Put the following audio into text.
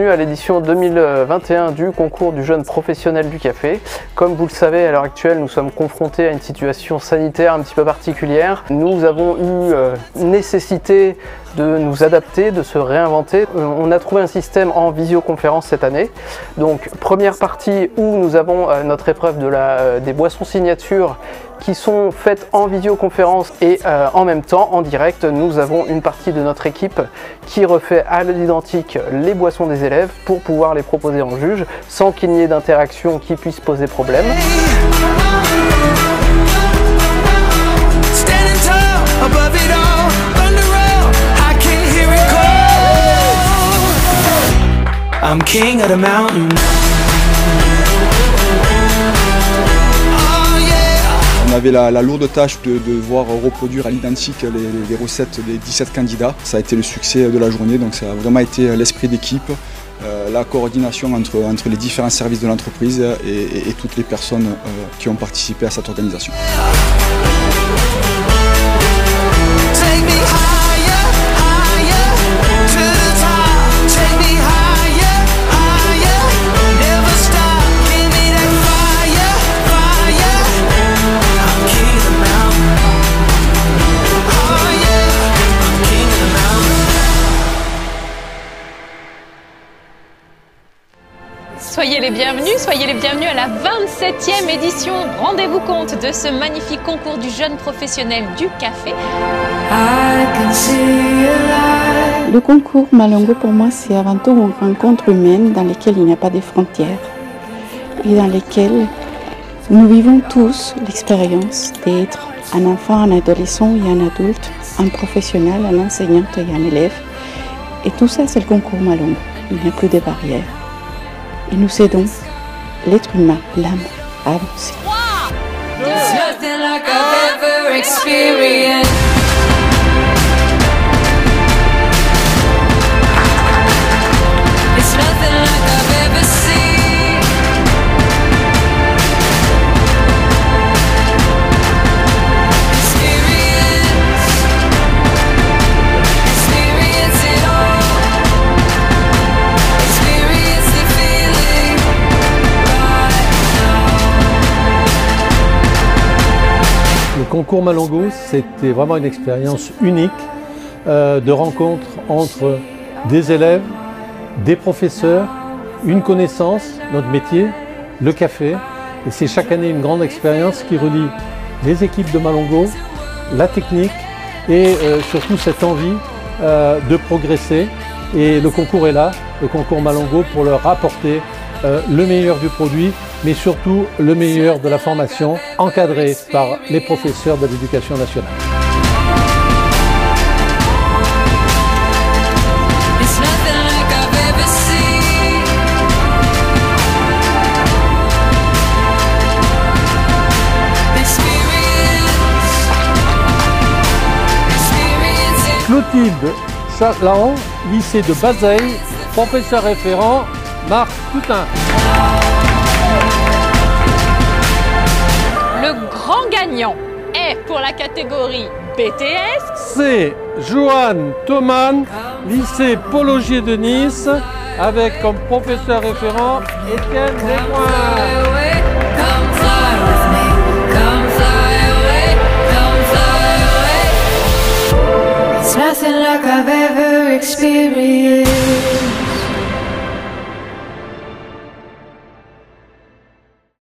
bienvenue à l'édition 2021 du concours du jeune professionnel du café. Comme vous le savez, à l'heure actuelle, nous sommes confrontés à une situation sanitaire un petit peu particulière. Nous avons eu nécessité de nous adapter, de se réinventer. On a trouvé un système en visioconférence cette année. Donc première partie où nous avons notre épreuve des boissons signatures qui sont faites en visioconférence et en même temps en direct. Nous avons une partie de notre équipe qui refait à l'identique les boissons des élèves pour pouvoir les proposer en juge sans qu'il n'y ait d'interaction qui puisse poser problème. I'm king of the mountain. On avait la lourde tâche de devoir reproduire à l'identique les recettes des 17 candidats. Ça a été le succès de la journée, donc ça a vraiment été l'esprit d'équipe, la coordination entre les différents services de l'entreprise et toutes les personnes qui ont participé à cette organisation. Soyez les bienvenus à la 27e édition. Rendez-vous compte de ce magnifique concours du jeune professionnel du café. Le concours Malongo pour moi c'est avant tout une rencontre humaine dans laquelle il n'y a pas de frontières et dans laquelle nous vivons tous l'expérience d'être un enfant, un adolescent et un adulte, un professionnel, un enseignante et un élève. Et tout ça c'est le concours Malongo. Il n'y a plus de barrières. Et nous aidons l'être humain, l'âme, à avancer. 3, 2, 1. Le concours Malongo, c'était vraiment une expérience unique de rencontre entre des élèves, des professeurs, une connaissance, notre métier, le café. Et c'est chaque année une grande expérience qui relie les équipes de Malongo, la technique et surtout cette envie de progresser. Et le concours est là, le concours Malongo, pour leur apporter le meilleur du produit, mais surtout le meilleur de la formation encadrée par les professeurs de l'éducation nationale. Clotilde Chalaon, lycée de Bazeilles, professeur référent Marc Coutin. Le grand gagnant est pour la catégorie BTS. C'est Joanne Thoman, lycée Paul Augier de Nice, avec comme professeur référent Étienne Desmoins. Nothing like I've ever experienced.